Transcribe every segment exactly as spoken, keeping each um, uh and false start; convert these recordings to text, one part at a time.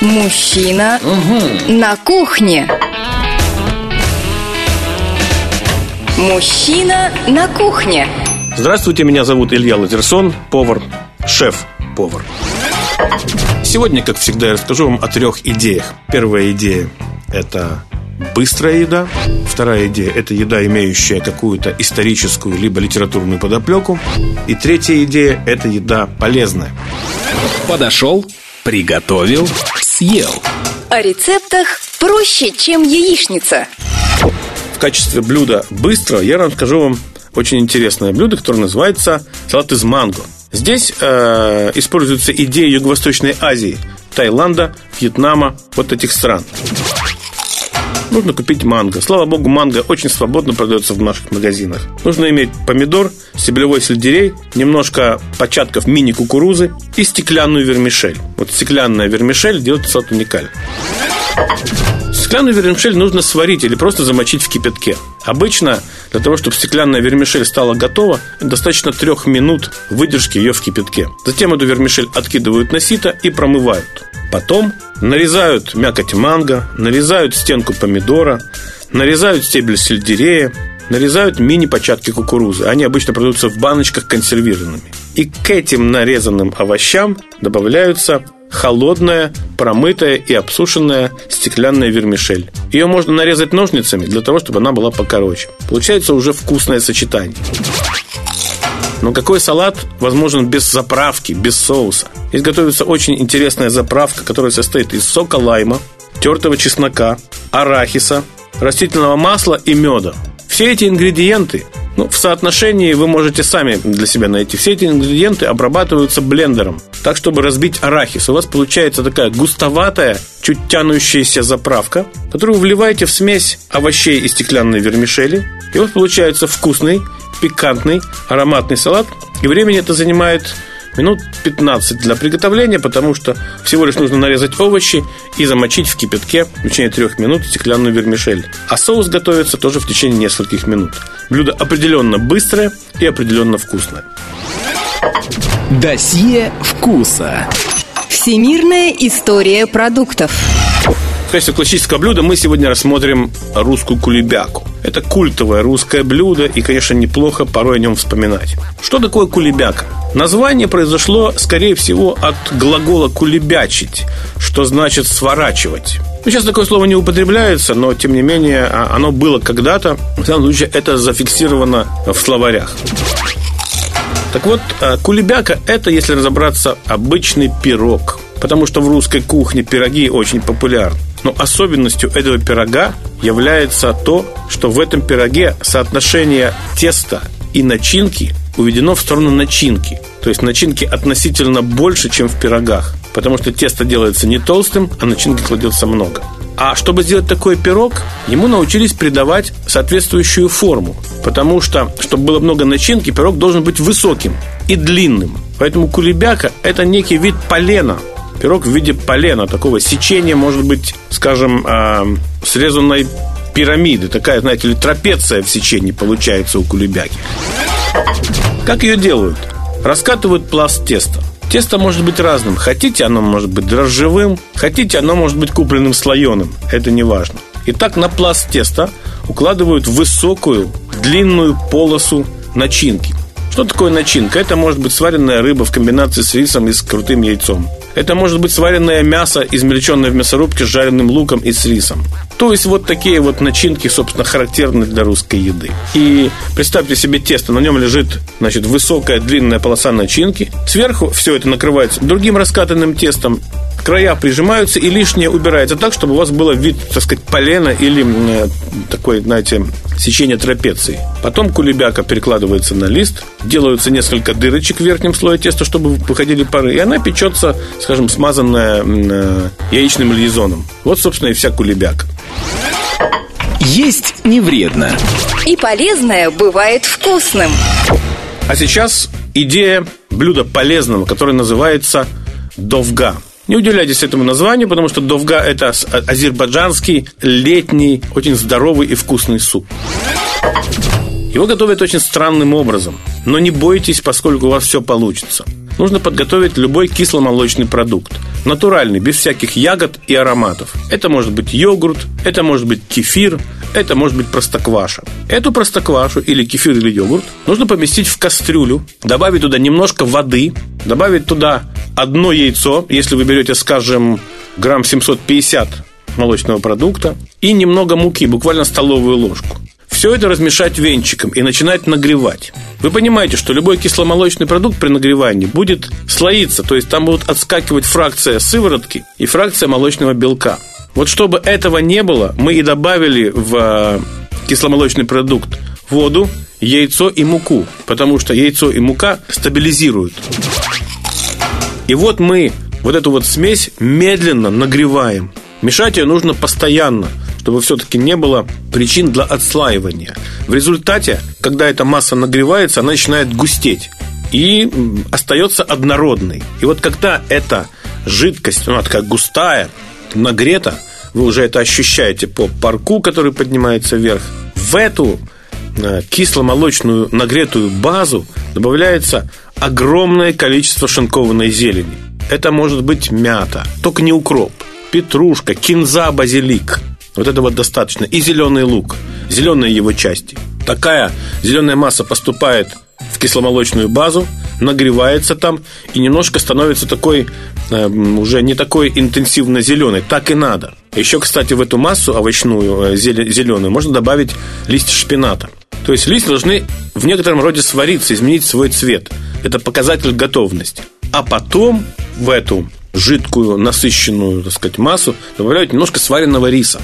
Мужчина угу. на кухне. Мужчина на кухне. Здравствуйте, меня зовут Илья Лазерсон, повар, шеф-повар. Сегодня, как всегда, я расскажу вам о трех идеях. Первая идея – это быстрая еда. Вторая идея – это еда, имеющая какую-то историческую либо литературную подоплеку. И третья идея – это еда полезная. Подошел, приготовил, съел. О рецептах проще, чем яичница. В качестве блюда быстрого я расскажу вам очень интересное блюдо, которое называется салат из манго. Здесь э, используются идеи Юго-Восточной Азии, Таиланда, Вьетнама, вот этих стран. Нужно купить манго. Слава богу, манго очень свободно продается в наших магазинах. Нужно иметь помидор, стеблевой сельдерей, немножко початков мини-кукурузы и стеклянную вермишель. Вот стеклянная вермишель делает салат уникальным. Стеклянную вермишель нужно сварить или просто замочить в кипятке. Обычно для того, чтобы стеклянная вермишель стала готова, достаточно трех минут выдержки ее в кипятке. Затем эту вермишель откидывают на сито и промывают. Потом нарезают мякоть манго, нарезают стенку помидора, нарезают стебель сельдерея, нарезают мини-початки кукурузы. Они обычно продаются в баночках консервированными. И к этим нарезанным овощам добавляются холодная, промытая и обсушенная стеклянная вермишель. Ее можно нарезать ножницами для того, чтобы она была покороче. Получается уже вкусное сочетание. Но какой салат возможен без заправки, без соуса? Здесь готовится очень интересная заправка, которая состоит из сока лайма, тертого чеснока, арахиса, растительного масла и меда. Все эти ингредиенты, ну, в соотношении вы можете сами для себя найти. Все эти ингредиенты обрабатываются блендером, так, чтобы разбить арахис. У вас получается такая густоватая, чуть тянущаяся заправка, которую вы вливаете в смесь овощей и стеклянной вермишели. И у вас получается вкусный, пикантный, ароматный салат. И времени это занимает минут пятнадцать для приготовления, потому что всего лишь нужно нарезать овощи и замочить в кипятке в течение трех минут стеклянную вермишель. А соус готовится тоже в течение нескольких минут. Блюдо определенно быстрое и определенно вкусное. Досье вкуса. Всемирная история продуктов. В качестве классического блюда мы сегодня рассмотрим русскую кулебяку. Это культовое русское блюдо, и, конечно, неплохо порой о нем вспоминать. Что такое кулебяка? Название произошло, скорее всего, от глагола «кулебячить», что значит «сворачивать». Ну, сейчас такое слово не употребляется, но, тем не менее, оно было когда-то. В самом случае, это зафиксировано в словарях. Так вот, кулебяка – это, если разобраться, обычный пирог. Потому что в русской кухне пироги очень популярны. Но особенностью этого пирога является то, что в этом пироге соотношение теста и начинки уведено в сторону начинки. То есть начинки относительно больше, чем в пирогах. Потому что тесто делается не толстым, а начинки кладется много. А чтобы сделать такой пирог, ему научились придавать соответствующую форму. Потому что, чтобы было много начинки, пирог должен быть высоким и длинным. Поэтому кулебяка – это некий вид полена. Пирог в виде полена, такого сечения, может быть, скажем, э, срезанной пирамиды. Такая, знаете ли, трапеция в сечении получается у кулебяки. Как ее делают? Раскатывают пласт теста. Тесто может быть разным. Хотите, оно может быть дрожжевым, хотите, оно может быть купленным слоеным. Это не важно. Итак, на пласт теста укладывают высокую, длинную полосу начинки. Что такое начинка? Это может быть сваренная рыба в комбинации с рисом и с крутым яйцом. Это может быть сваренное мясо, измельченное в мясорубке с жареным луком и с рисом. То есть вот такие вот начинки, собственно, характерны для русской еды. И представьте себе тесто, на нем лежит, значит, высокая длинная полоса начинки. Сверху все это накрывается другим раскатанным тестом. Края прижимаются и лишнее убирается так, чтобы у вас было вид, так сказать, полена или э, такое, знаете, сечение трапеции. Потом кулебяка перекладывается на лист, делаются несколько дырочек в верхнем слое теста, чтобы выходили пары, и она печется, скажем, смазанная э, яичным лизоном. Вот, собственно, и вся кулебяка. Есть не вредно. И полезное бывает вкусным. А сейчас идея блюда полезного, которое называется довга. Не удивляйтесь этому названию, потому что довга – это азербайджанский, летний, очень здоровый и вкусный суп. Его готовят очень странным образом. Но не бойтесь, поскольку у вас все получится. нужно подготовить любой кисломолочный продукт. Натуральный, без всяких ягод и ароматов. Это может быть йогурт, это может быть кефир, это может быть простокваша. Эту простоквашу или кефир или йогурт нужно поместить в кастрюлю, добавить туда немножко воды, добавить туда одно яйцо, если вы берете, скажем, грамм семьсот пятьдесят молочного продукта, и немного муки, буквально столовую ложку. Все это размешать венчиком и начинать нагревать. Вы понимаете, что любой кисломолочный продукт при нагревании будет слоиться, то есть там будут отскакивать фракция сыворотки и фракция молочного белка. Вот чтобы этого не было, мы и добавили в кисломолочный продукт воду, яйцо и муку, потому что яйцо и мука стабилизируют. И вот мы вот эту вот смесь медленно нагреваем. Мешать ее нужно постоянно, чтобы все-таки не было причин для отслаивания. В результате, когда эта масса нагревается, она начинает густеть и остается однородной. И вот когда эта жидкость, она такая густая, нагрета, вы уже это ощущаете по парку, который поднимается вверх, в эту кисломолочную нагретую базу добавляется огромное количество шинкованной зелени. Это может быть мята, только не укроп, петрушка, кинза, базилик. Вот этого достаточно. И зеленый лук, зеленые его части. Такая зеленая масса поступает в кисломолочную базу, нагревается там и немножко становится такой, э, уже не такой интенсивно зеленой. Так и надо. Еще, кстати, в эту массу овощную, э, зеленую, можно добавить листья шпината. То есть листья должны в некотором роде свариться, изменить свой цвет. Это показатель готовности. А потом в эту жидкую, насыщенную, так сказать, массу добавляют немножко сваренного риса.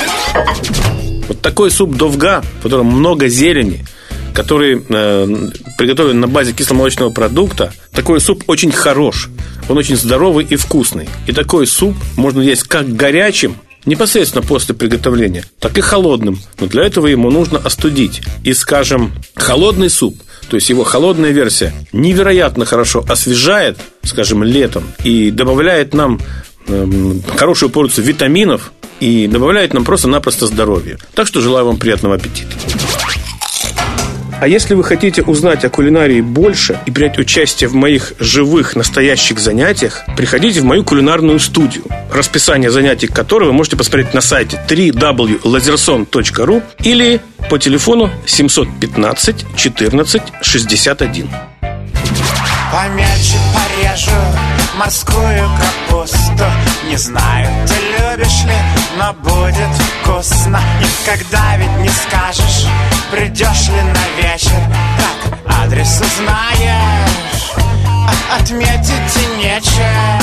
Вот такой суп довга, в котором много зелени, который э, приготовлен на базе кисломолочного продукта, такой суп очень хорош. Он очень здоровый и вкусный. И такой суп можно есть как горячим, непосредственно после приготовления, так и холодным. Но для этого ему нужно остудить. И, скажем, холодный суп, то есть его холодная версия, невероятно хорошо освежает, скажем, летом, и добавляет нам э, хорошую порцию витаминов и добавляет нам просто-напросто здоровье. Так что желаю вам приятного аппетита. А если вы хотите узнать о кулинарии больше и принять участие в моих живых, настоящих занятиях, приходите в мою кулинарную студию, расписание занятий которой вы можете посмотреть на сайте дабл ю дабл ю дабл ю точка лазерсон точка ру или по телефону семьсот пятнадцать четырнадцать шестьдесят один. Помельче порежу морскую капусту. Не знаю, ты любишь ли, но будет вкусно. Никогда ведь не скажешь, придешь ли на вечер. Как адрес узнаешь, а отметить и нечем.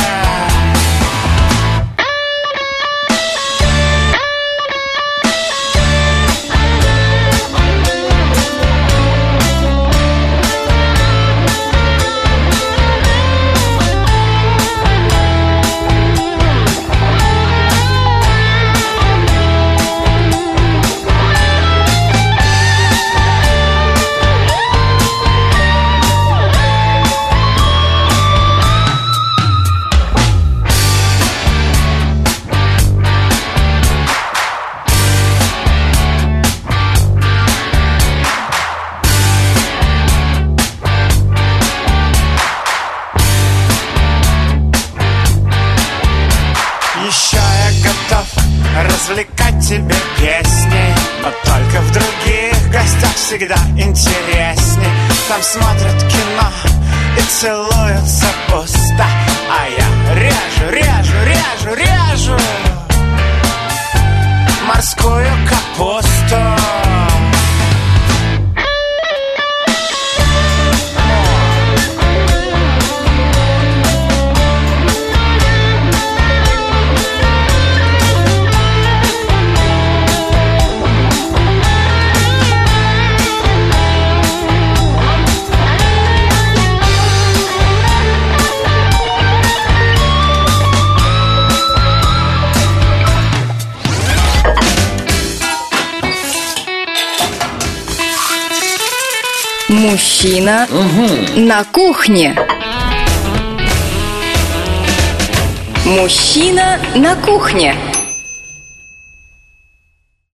Развлекать тебя песней, но только в других гостях всегда интересней. Там смотрят кино и целуются пусто, а я режу, режу, режу, режу морскую капусту. Мужчина угу. на кухне. Мужчина на кухне.